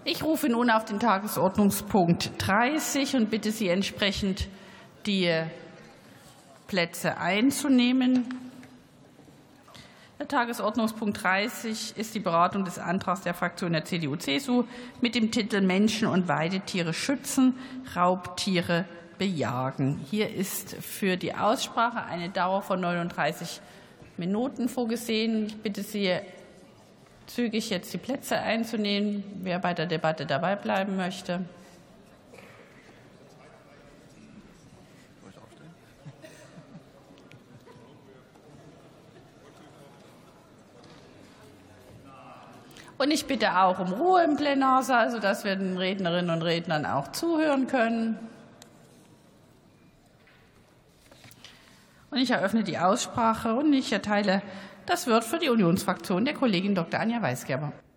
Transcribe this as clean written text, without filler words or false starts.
Ich rufe nun auf den Tagesordnungspunkt 30 und bitte Sie entsprechend, die Plätze einzunehmen. Der Tagesordnungspunkt 30 ist die Beratung des Antrags der Fraktion der CDU-CSU mit dem Titel Menschen und Weidetiere schützen, Raubtiere bejagen. Hier ist für die Aussprache eine Dauer von 39 Minuten vorgesehen. Ich bitte Sie, zügig jetzt die Plätze einzunehmen, wer bei der Debatte dabei bleiben möchte. Und ich bitte auch um Ruhe im Plenarsaal, sodass wir den Rednerinnen und Rednern auch zuhören können. Und ich eröffne die Aussprache und ich erteile das Wort für die Unionsfraktion der Kollegin Dr. Anja Weisgerber.